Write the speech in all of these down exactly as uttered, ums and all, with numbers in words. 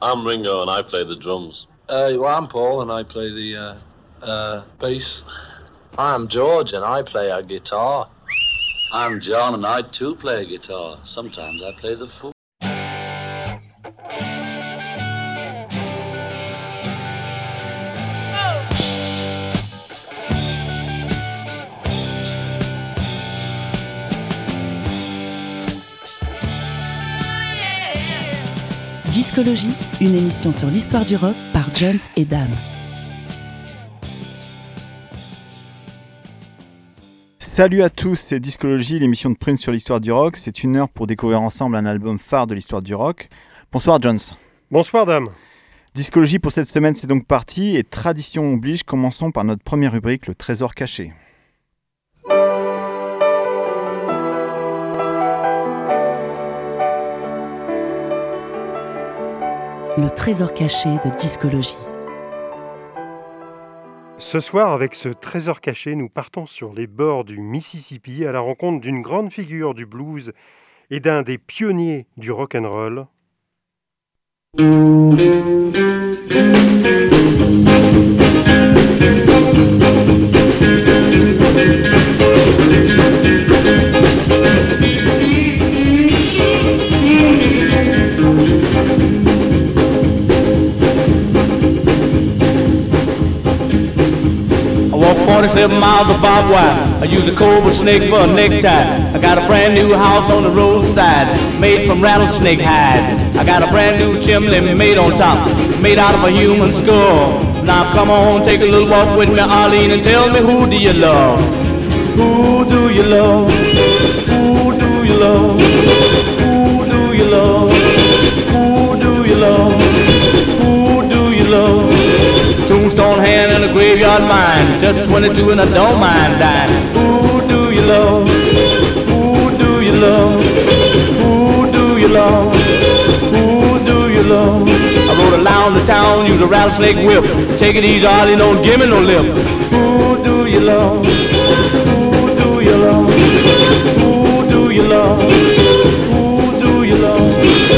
I'm Ringo and I play the drums. Uh, well, I'm Paul and I play the uh, uh, bass. I'm George and I play a guitar. I'm John and I too play a guitar. Sometimes I play the fool. Discologie, une émission sur l'histoire du rock par Jones et Dame. Salut à tous, c'est Discologie, l'émission de Prune sur l'histoire du rock. C'est une heure pour découvrir ensemble un album phare de l'histoire du rock. Bonsoir Jones. Bonsoir Dame. Discologie pour cette semaine, c'est donc parti. Et tradition oblige, commençons par notre première rubrique, le trésor caché. Le trésor caché de Discologie. Ce soir, avec ce trésor caché, nous partons sur les bords du Mississippi à la rencontre d'une grande figure du blues et d'un des pionniers du rock'n'roll. forty-seven miles of barbed wire. I use a cobra snake for a necktie. I got a brand new house on the roadside, made from rattlesnake hide. I got a brand new chimney made on top, made out of a human skull. Now come on, take a little walk with me, Arlene, and tell me, who do you love? Who do you love? Who do you love? Who do you love? Who do you love? Who do you love? Tombstone hand and a graveyard mine, just twenty-two and I don't mind dying. Who do you love? Who do you love? Who do you love? Who do you love? I rode around the town, use a rattlesnake whip. Take it easy, Arlie, don't give me no lip. Who do you love? Who do you love? Who do you love? Who do you love?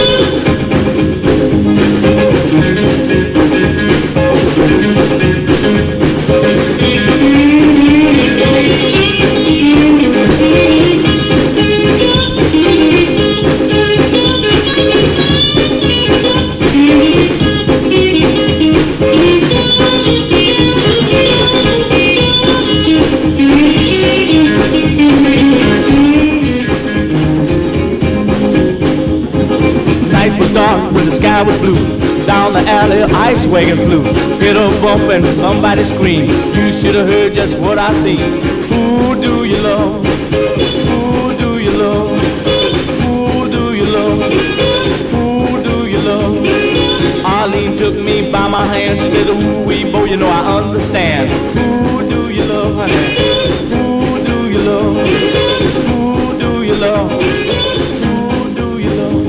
Dark when the sky was blue. Down the alley, a ice wagon flew. Hit a bump and somebody screamed. You should have heard just what I seen. Who do you love? Who do you love? Who do you love? Who do you love? Arlene took me by my hand. She said, ooh, wee, bo, you know I understand. Who do you love, honey? Who do you love? Who do you love? Who do you love?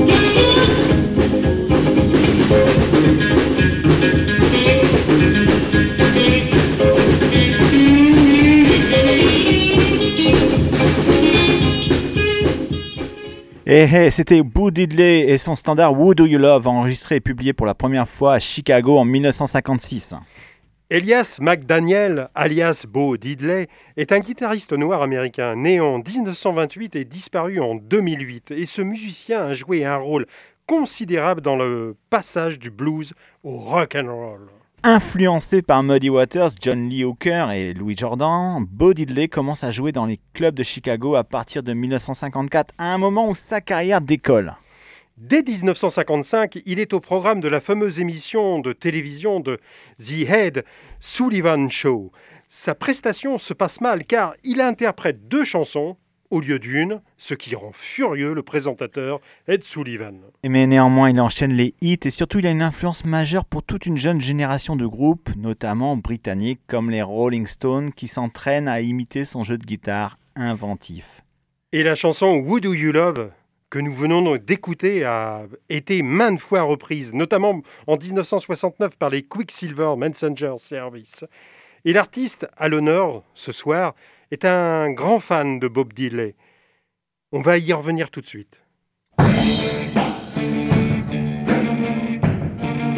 Et hey, c'était Bo Diddley et son standard Who Do You Love, enregistré et publié pour la première fois à Chicago en dix-neuf cent cinquante-six. Elias McDaniel, alias Bo Diddley, est un guitariste noir américain né en dix-neuf cent vingt-huit et disparu en deux mille huit. Et ce musicien a joué un rôle considérable dans le passage du blues au rock'n'roll. Influencé par Muddy Waters, John Lee Hooker et Louis Jordan, Bo Diddley commence à jouer dans les clubs de Chicago à partir de dix-neuf cent cinquante-quatre, à un moment où sa carrière décolle. Dès dix-neuf cent cinquante-cinq, il est au programme de la fameuse émission de télévision de The Ed Sullivan Show. Sa prestation se passe mal car il interprète deux chansons au lieu d'une, ce qui rend furieux le présentateur Ed Sullivan. Mais néanmoins, il enchaîne les hits et surtout il a une influence majeure pour toute une jeune génération de groupes, notamment britanniques comme les Rolling Stones, qui s'entraînent à imiter son jeu de guitare inventif. Et la chanson Who Do You Love, que nous venons d'écouter, a été maintes fois reprise, notamment en dix-neuf cent soixante-neuf par les Quicksilver Messenger Service. Et l'artiste à l'honneur, ce soir, est un grand fan de Bob Diddley. On va y revenir tout de suite.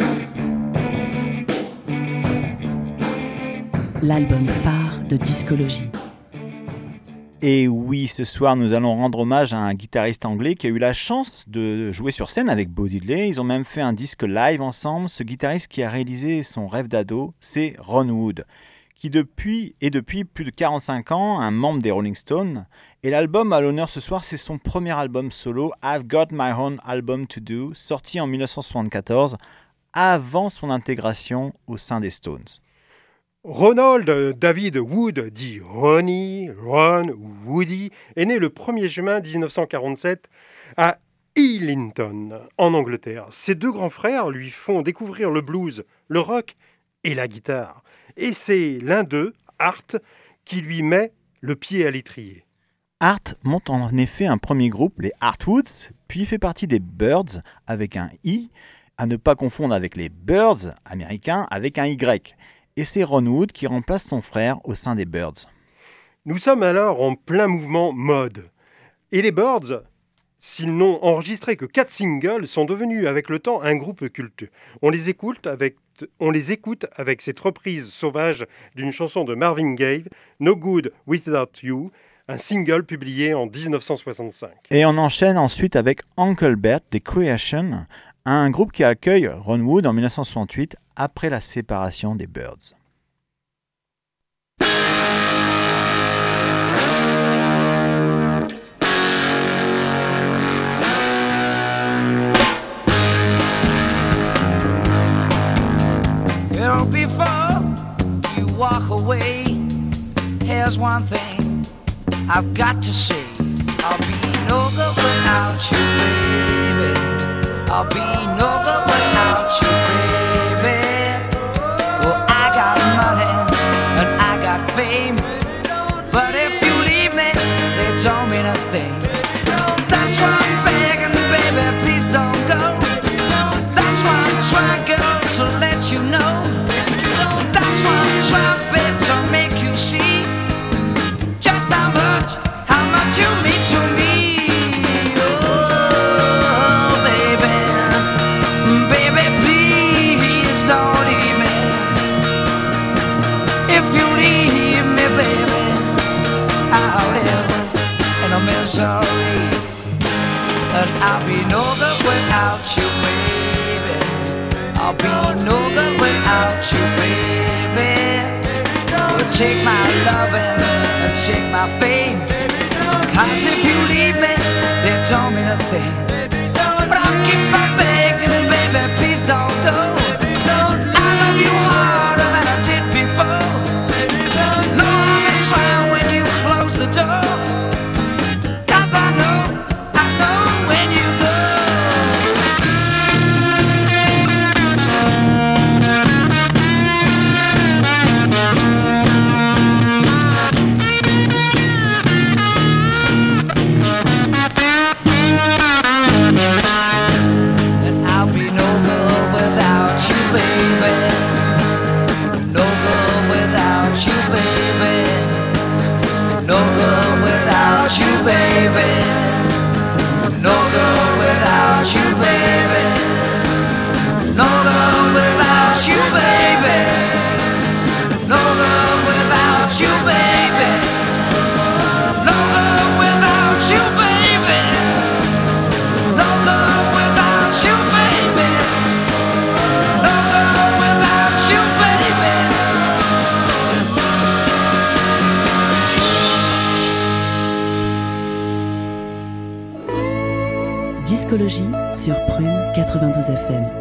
l'album phare de discologie. Et oui, ce soir, nous allons rendre hommage à un guitariste anglais qui a eu la chance de jouer sur scène avec Bo Diddley. Ils ont même fait un disque live ensemble. Ce guitariste qui a réalisé son rêve d'ado, c'est Ron Wood, qui depuis est depuis plus de quarante-cinq ans un membre des Rolling Stones. Et l'album à l'honneur ce soir, c'est son premier album solo, I've Got My Own Album to Do, sorti en dix-neuf cent soixante-quatorze, avant son intégration au sein des Stones. Ronald David Wood, dit Ronnie, Ron ou Woody, est né le premier juin dix-neuf cent quarante-sept à Islington, en Angleterre. Ses deux grands frères lui font découvrir le blues, le rock et la guitare. Et c'est l'un d'eux, Art, qui lui met le pied à l'étrier. Art monte en effet un premier groupe, les Artwoods, puis fait partie des Birds avec un I, à ne pas confondre avec les Birds américains avec un Y. Et c'est Ron Wood qui remplace son frère au sein des Birds. Nous sommes alors en plein mouvement mode. Et les Birds, s'ils n'ont enregistré que quatre singles, sont devenus avec le temps un groupe culte. On les écoute avec, on les écoute avec cette reprise sauvage d'une chanson de Marvin Gaye, No Good Without You, un single publié en dix-neuf cent soixante-cinq. Et on enchaîne ensuite avec Uncle Bert des Creation, un groupe qui accueille Ron Wood en dix-neuf cent soixante-huit après la séparation des Birds. Well, before you walk away, here's one thing I've got to say. I'll be no good without you, baby. I'll be no good without you, baby. Well, I got money and I got fame, but if you leave me, they don't mean a thing. That's why I'm begging, baby, please don't go. That's why I'm trying, girl, to let you know. That's why I'm trying, babe, to make you see just how much, how much you mean to me. Misery, and I'll be no good without you, baby. I'll be no good without you, baby. Well, take my loving and take my fame, 'cause if you leave me, they don't mean a thing. But I'll keep on begging, baby, please don't go. I love you harder than I did before. No, I've been trying when you close the door. You, baby, no good without you, baby, no good without you, baby, no good without you, baby, no good without you, baby, no good without you, baby, no good without you, baby. Discologie sur Prune quatre-vingt-douze F M.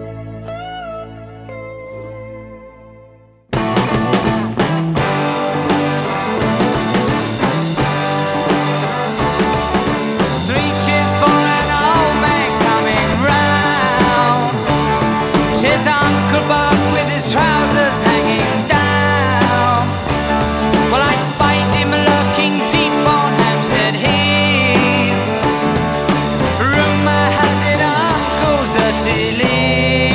Rumor has it uncle's a tilly.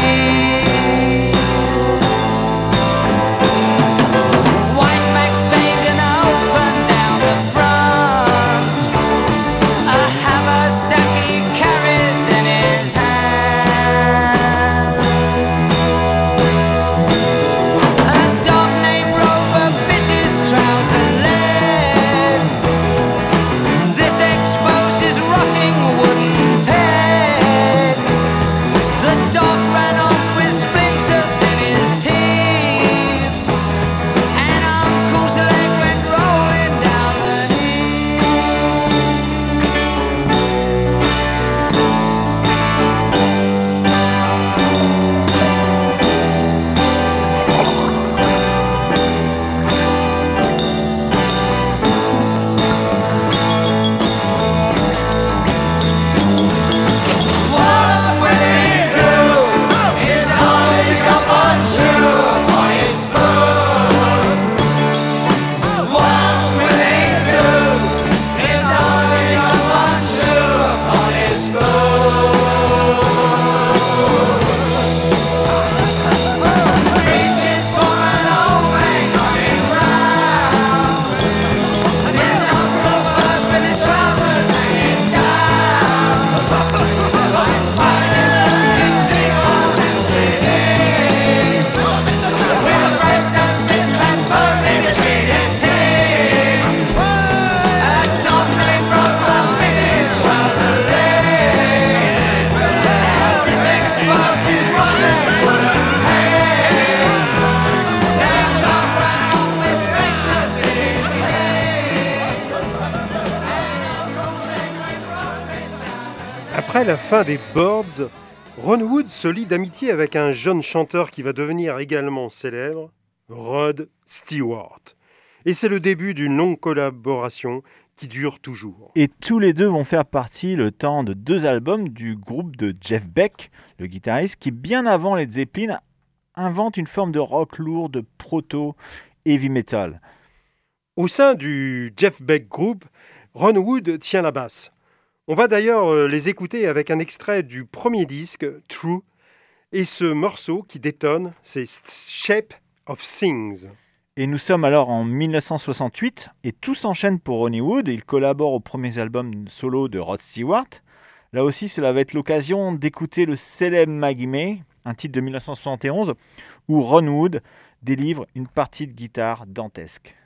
Après la fin des Birds, Ron Wood se lie d'amitié avec un jeune chanteur qui va devenir également célèbre, Rod Stewart. Et c'est le début d'une longue collaboration qui dure toujours. Et tous les deux vont faire partie le temps de deux albums du groupe de Jeff Beck, le guitariste, qui bien avant les Zeppelin invente une forme de rock lourd de proto-heavy metal. Au sein du Jeff Beck Group, Ron Wood tient la basse. On va d'ailleurs les écouter avec un extrait du premier disque, True, et ce morceau qui détonne, c'est Shape of Things. Et nous sommes alors en dix-neuf cent soixante-huit, et tout s'enchaîne pour Ronnie Wood. Il collabore aux premiers albums solo de Rod Stewart. Là aussi, cela va être l'occasion d'écouter le célèbre Maggie May, un titre de dix-neuf cent soixante et onze, où Ron Wood délivre une partie de guitare dantesque.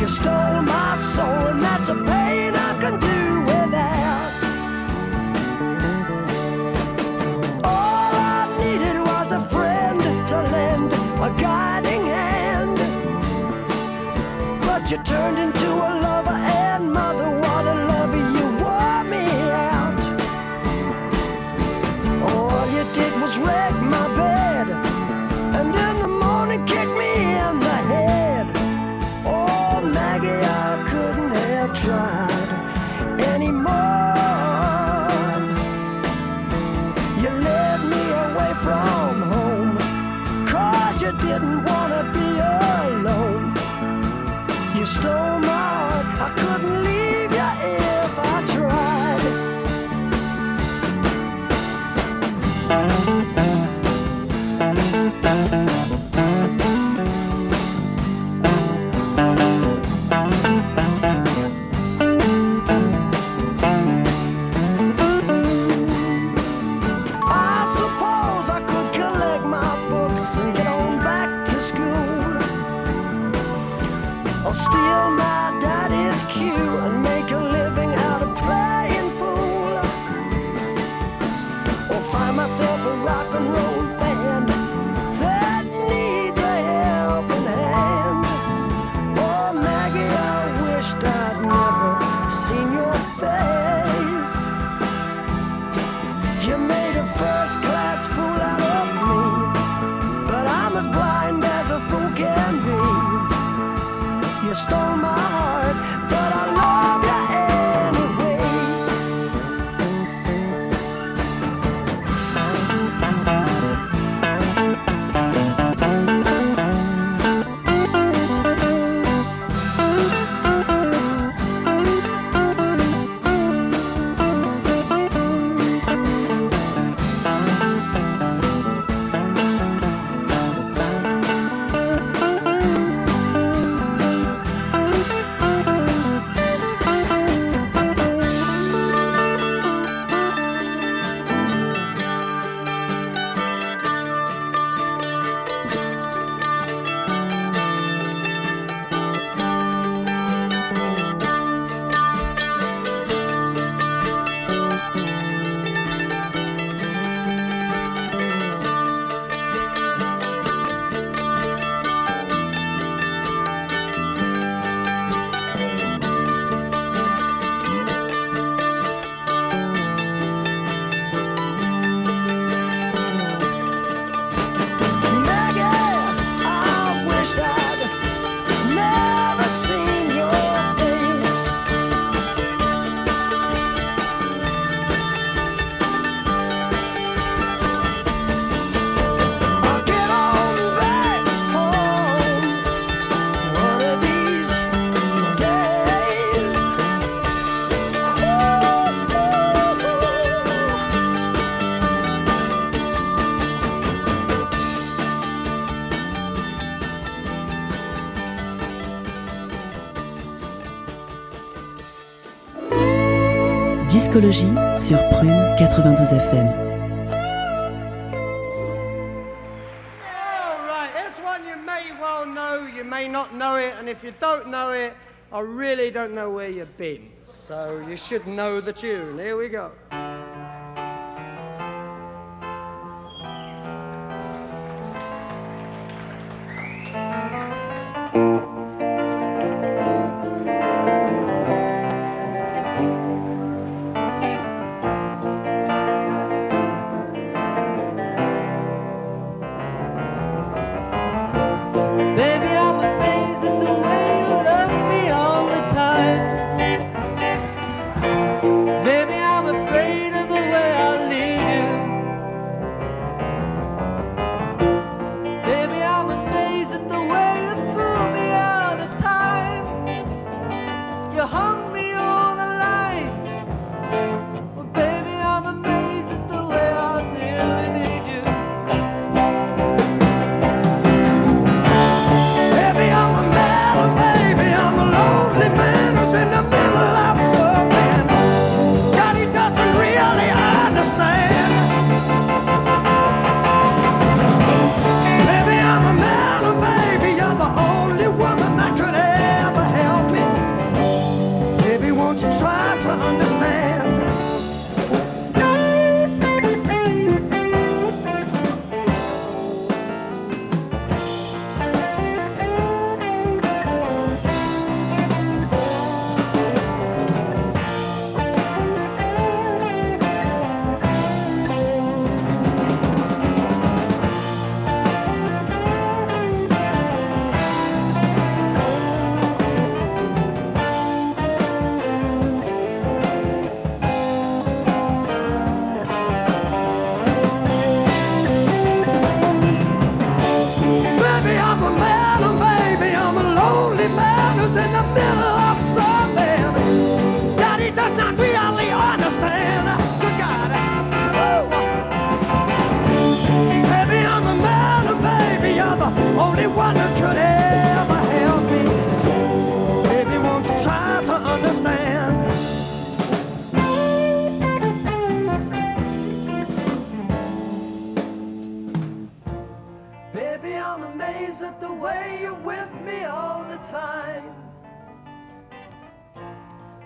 You stole my soul, and that's a pain I can do without. All I needed was a friend to lend a guiding hand, but you turned into a lover and mother. What a lover, you wore me out. All you did was wreck my bed, and in the morning kick me in the head. Oh, Maggie, I couldn't have tried anymore. You led me away from home, 'cause you didn't want to be alone. You stole my heart, I couldn't leave you if I tried. Steal my daddy's cue and make a living out of playing fool, or find myself a rock and roll band that needs a helping hand. Oh, Maggie, I wished I'd never seen your face. You made a first-class fool out of me, but I'm as blind as a fool can be. You stole my heart, but I love you anyway. Discologie sur Prune quatre-vingt-douze F M. Alright, this one you may well know, you may not know it, and if you don't know it, I really don't know where you've been. So you should know the tune. Here we go. Baby, I'm afraid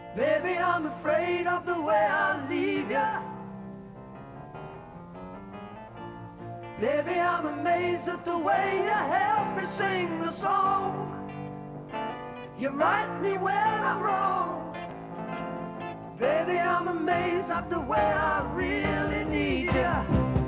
Baby, I'm afraid of the way I leave ya. Baby, I'm amazed at the way you help me sing the song. You right me when I'm wrong. Baby, I'm amazed at the way I really need ya.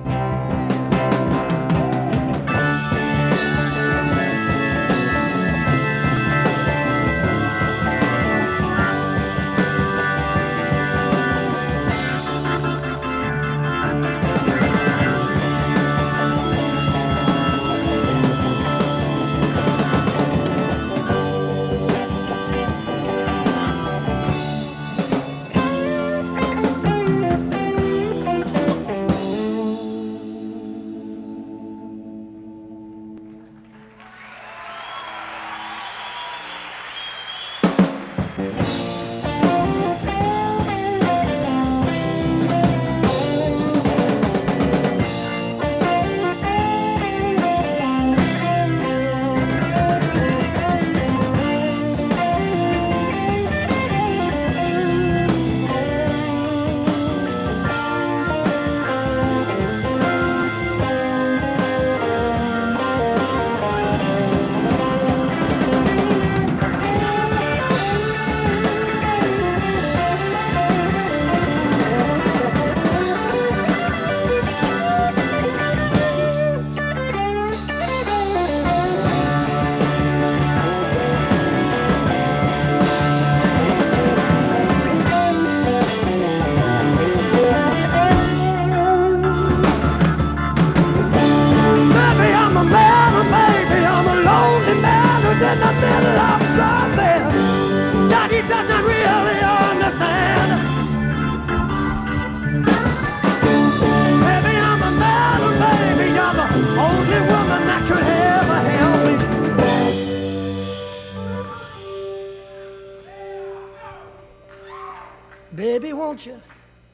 Baby, won't you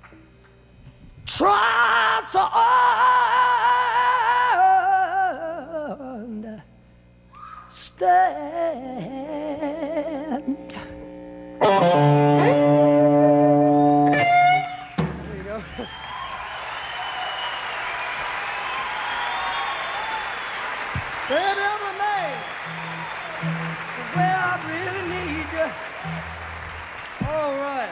try to understand? There you go. Baby, I'm amazed the way I really need you. All right.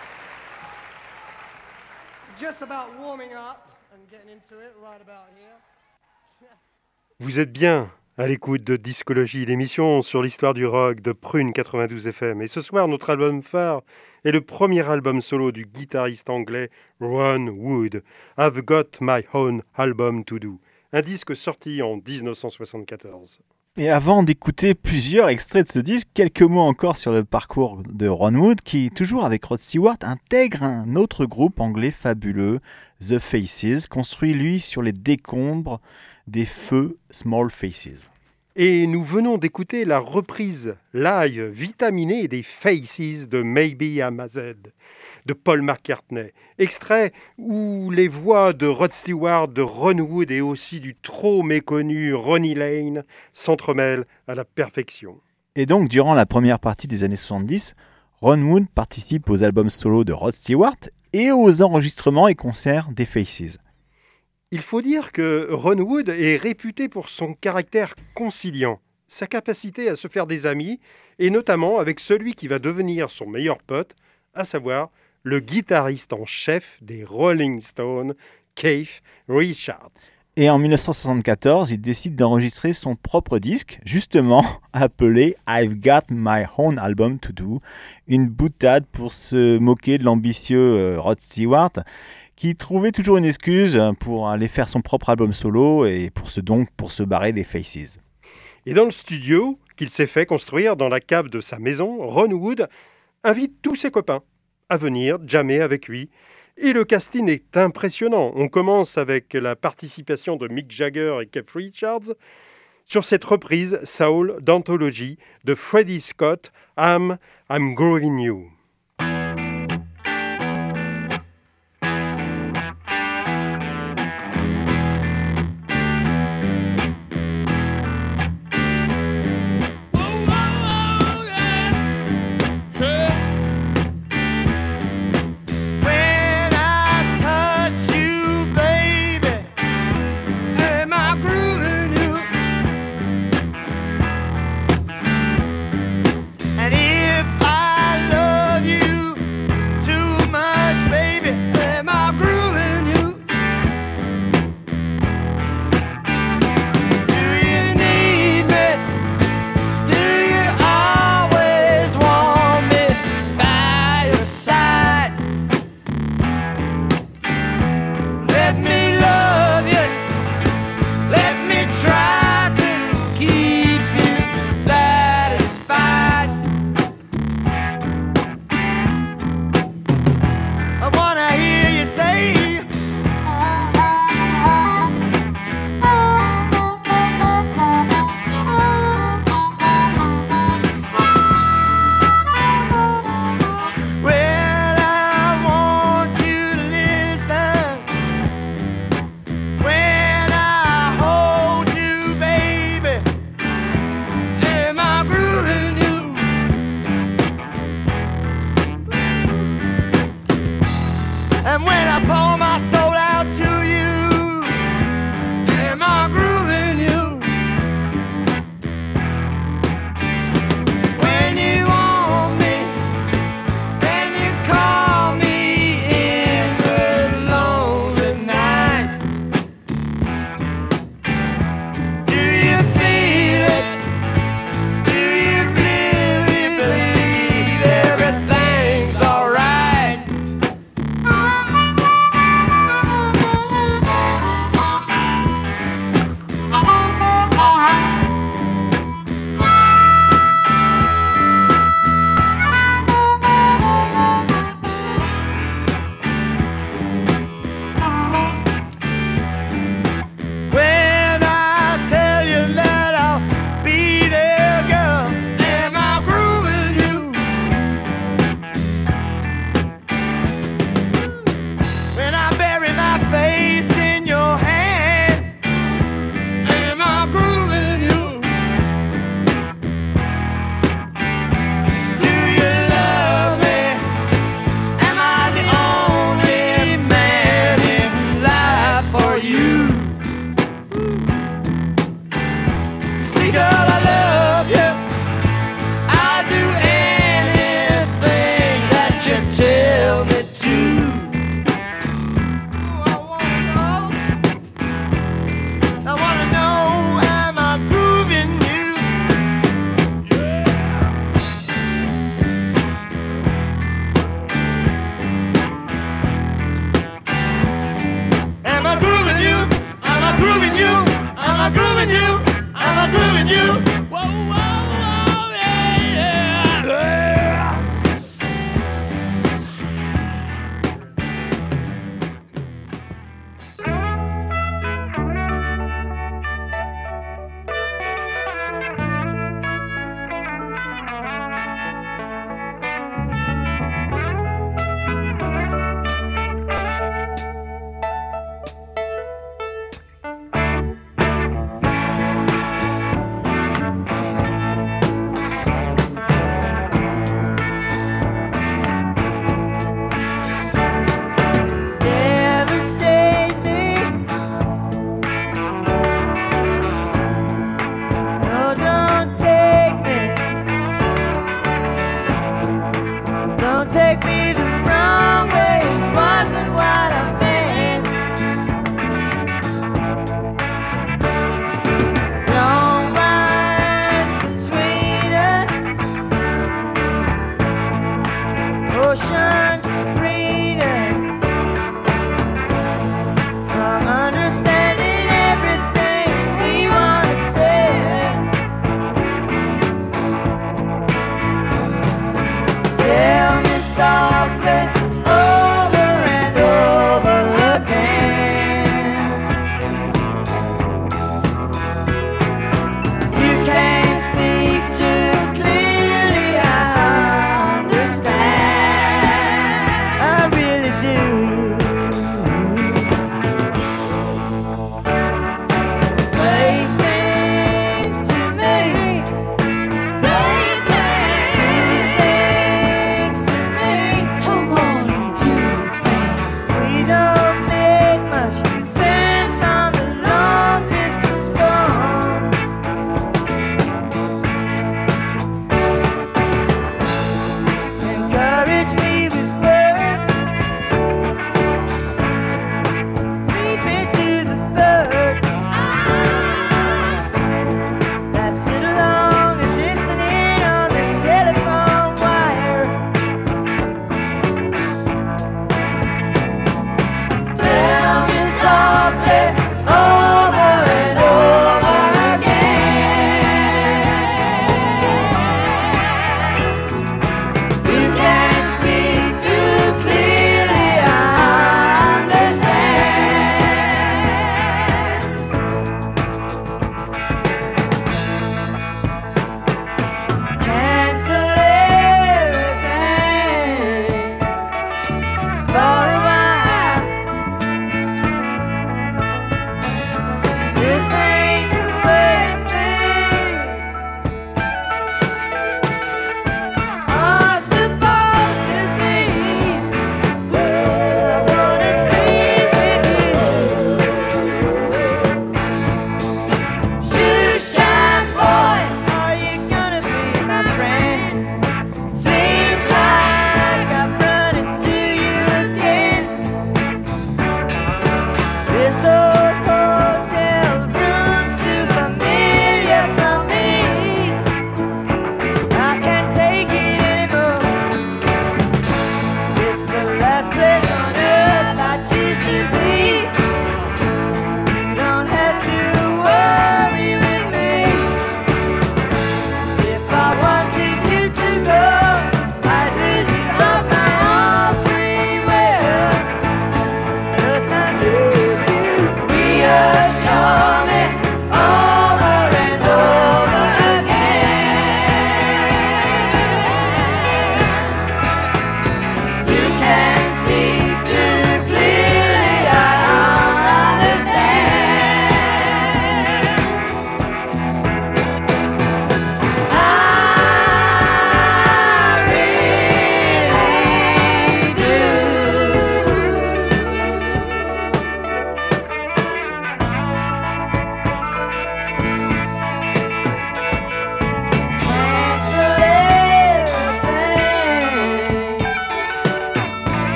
Just about warming up and getting into it right about here. Vous êtes bien à l'écoute de Discologie, l'émission sur l'histoire du rock de Prune quatre-vingt-douze F M. Et ce soir, notre album phare est le premier album solo du guitariste anglais Ron Wood, I've Got My Own Album to Do, un disque sorti en dix-neuf cent soixante-quatorze. Et avant d'écouter plusieurs extraits de ce disque, quelques mots encore sur le parcours de Ron Wood, qui, toujours avec Rod Stewart, intègre un autre groupe anglais fabuleux, The Faces, construit lui sur les décombres des feux Small Faces. Et nous venons d'écouter la reprise live vitaminée des Faces de Maybe I'm a Z de Paul McCartney. Extrait où les voix de Rod Stewart, de Ron Wood et aussi du trop méconnu Ronnie Lane s'entremêlent à la perfection. Et donc, durant la première partie des années soixante-dix, Ron Wood participe aux albums solo de Rod Stewart et aux enregistrements et concerts des Faces. Il faut dire que Ron Wood est réputé pour son caractère conciliant, sa capacité à se faire des amis, et notamment avec celui qui va devenir son meilleur pote, à savoir le guitariste en chef des Rolling Stones, Keith Richards. Et en dix-neuf cent soixante-quatorze, il décide d'enregistrer son propre disque, justement appelé I've Got My Own Album to Do, une boutade pour se moquer de l'ambitieux Rod Stewart, qui trouvait toujours une excuse pour aller faire son propre album solo et pour se, donc pour se barrer des Faces. Et dans le studio qu'il s'est fait construire dans la cave de sa maison, Ron Wood invite tous ses copains à venir jammer avec lui. Et le casting est impressionnant. On commence avec la participation de Mick Jagger et Keith Richards sur cette reprise soul d'anthologie de Freddie Scott, I'm, I'm Growing You.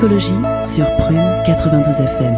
Musicologie sur Prune quatre-vingt-douze F M.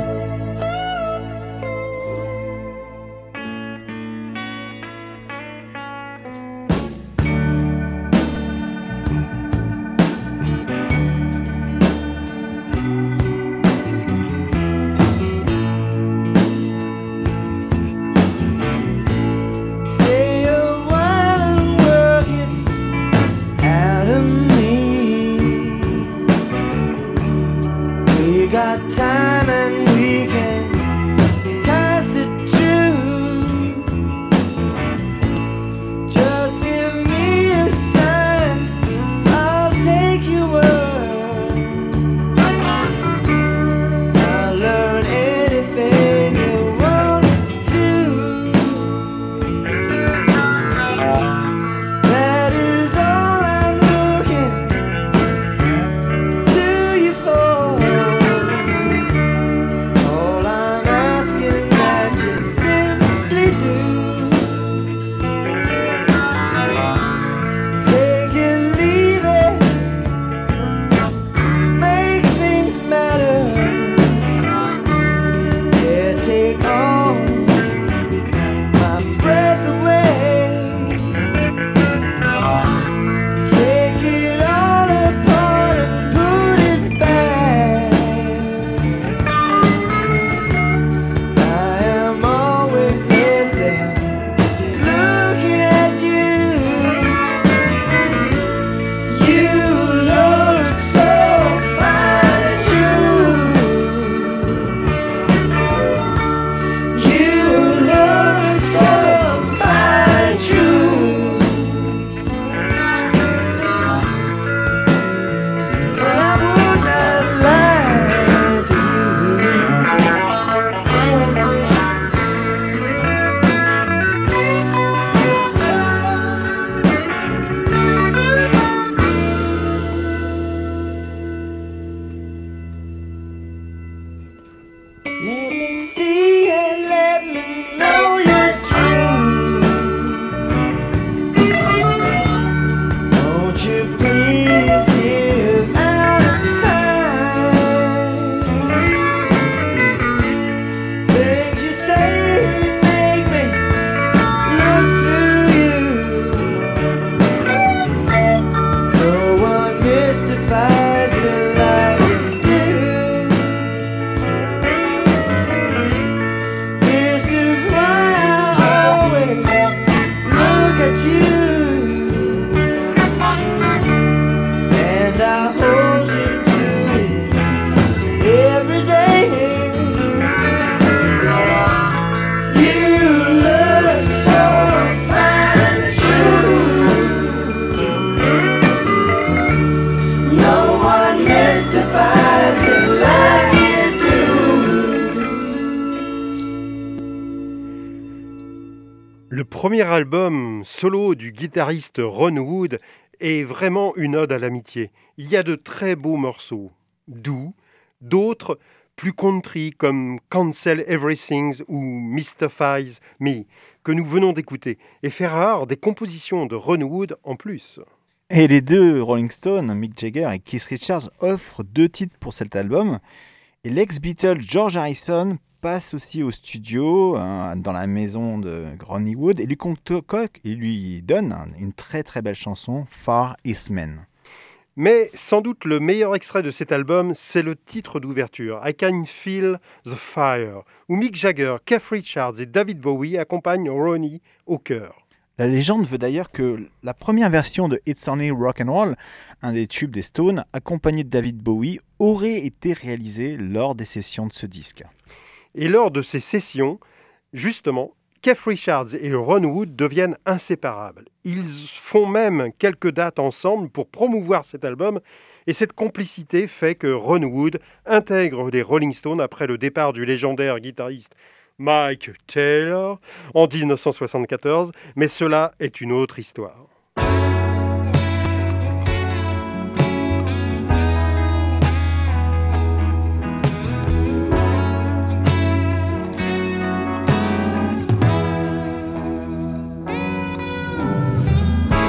Le premier album solo du guitariste Ron Wood est vraiment une ode à l'amitié. Il y a de très beaux morceaux, doux, d'autres plus country comme Cancel Everything ou Mystifies Me, que nous venons d'écouter, et fait rare des compositions de Ron Wood en plus. Et les deux Rolling Stones, Mick Jagger et Keith Richards, offrent deux titres pour cet album. Et l'ex-Beatle George Harrison passe aussi au studio, hein, dans la maison de Ronnie Wood, et lui concocte et lui donne une très très belle chanson, Far East Man. Mais sans doute le meilleur extrait de cet album, c'est le titre d'ouverture, I Can Feel the Fire, où Mick Jagger, Keith Richards et David Bowie accompagnent Ronnie au chœur. La légende veut d'ailleurs que la première version de It's Only Rock'n'Roll, un des tubes des Stones, accompagné de David Bowie, aurait été réalisée lors des sessions de ce disque. Et lors de ces sessions, justement, Keith Richards et Ron Wood deviennent inséparables. Ils font même quelques dates ensemble pour promouvoir cet album, et cette complicité fait que Ron Wood intègre les Rolling Stones après le départ du légendaire guitariste Mike Taylor en dix-neuf cent soixante-quatorze, mais cela est une autre histoire.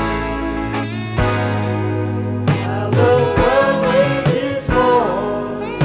The world wages more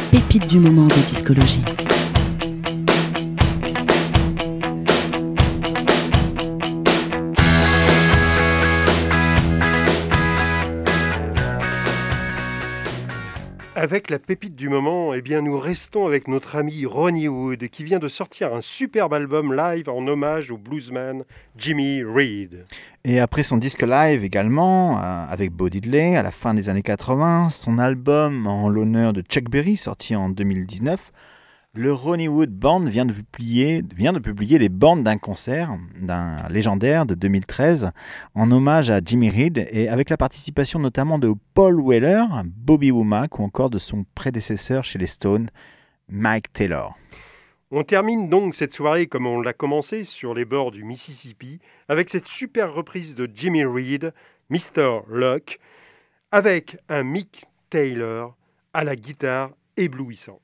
pépites du moment de discologie. Avec la pépite du moment, eh bien, nous restons avec notre ami Ronnie Wood qui vient de sortir un superbe album live en hommage au bluesman Jimmy Reed. Et après son disque live également, euh, avec Bo Diddley à la fin des années quatre-vingts, son album en l'honneur de Chuck Berry sorti en deux mille dix-neuf, le Ronnie Wood Band vient de publier, vient de publier les bandes d'un concert, d'un légendaire de deux mille treize, en hommage à Jimmy Reed et avec la participation notamment de Paul Weller, Bobby Womack ou encore de son prédécesseur chez les Stones, Mike Taylor. On termine donc cette soirée comme on l'a commencé sur les bords du Mississippi avec cette super reprise de Jimmy Reed, mister Luck, avec un Mick Taylor à la guitare éblouissant.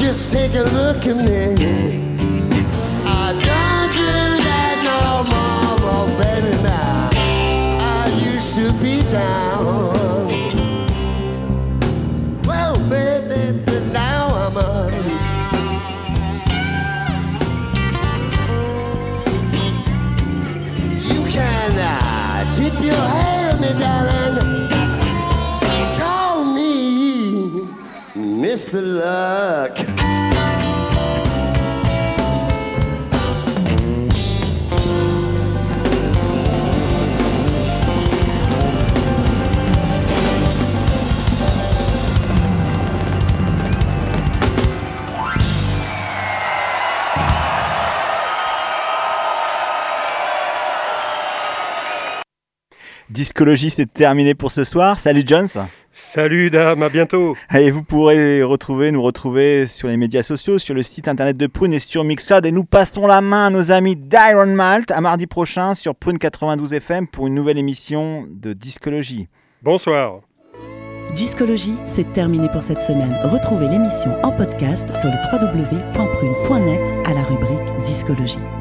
just take a look at me. I don't do that no more, oh baby, now I used to be down. Well, baby, but now I'm up. You can uh, tip your hand, me darling. Call me Mister Luck. Discologie, c'est terminé pour ce soir. Salut Jones. Salut Dame, à bientôt. Et vous pourrez retrouver, nous retrouver sur les médias sociaux, sur le site internet de Prune et sur Mixcloud. Et nous passons la main à nos amis d'Iron Malt à mardi prochain sur Prune quatre-vingt-douze F M pour une nouvelle émission de Discologie. Bonsoir. Discologie, c'est terminé pour cette semaine. Retrouvez l'émission en podcast sur le w w w point prune point net à la rubrique Discologie.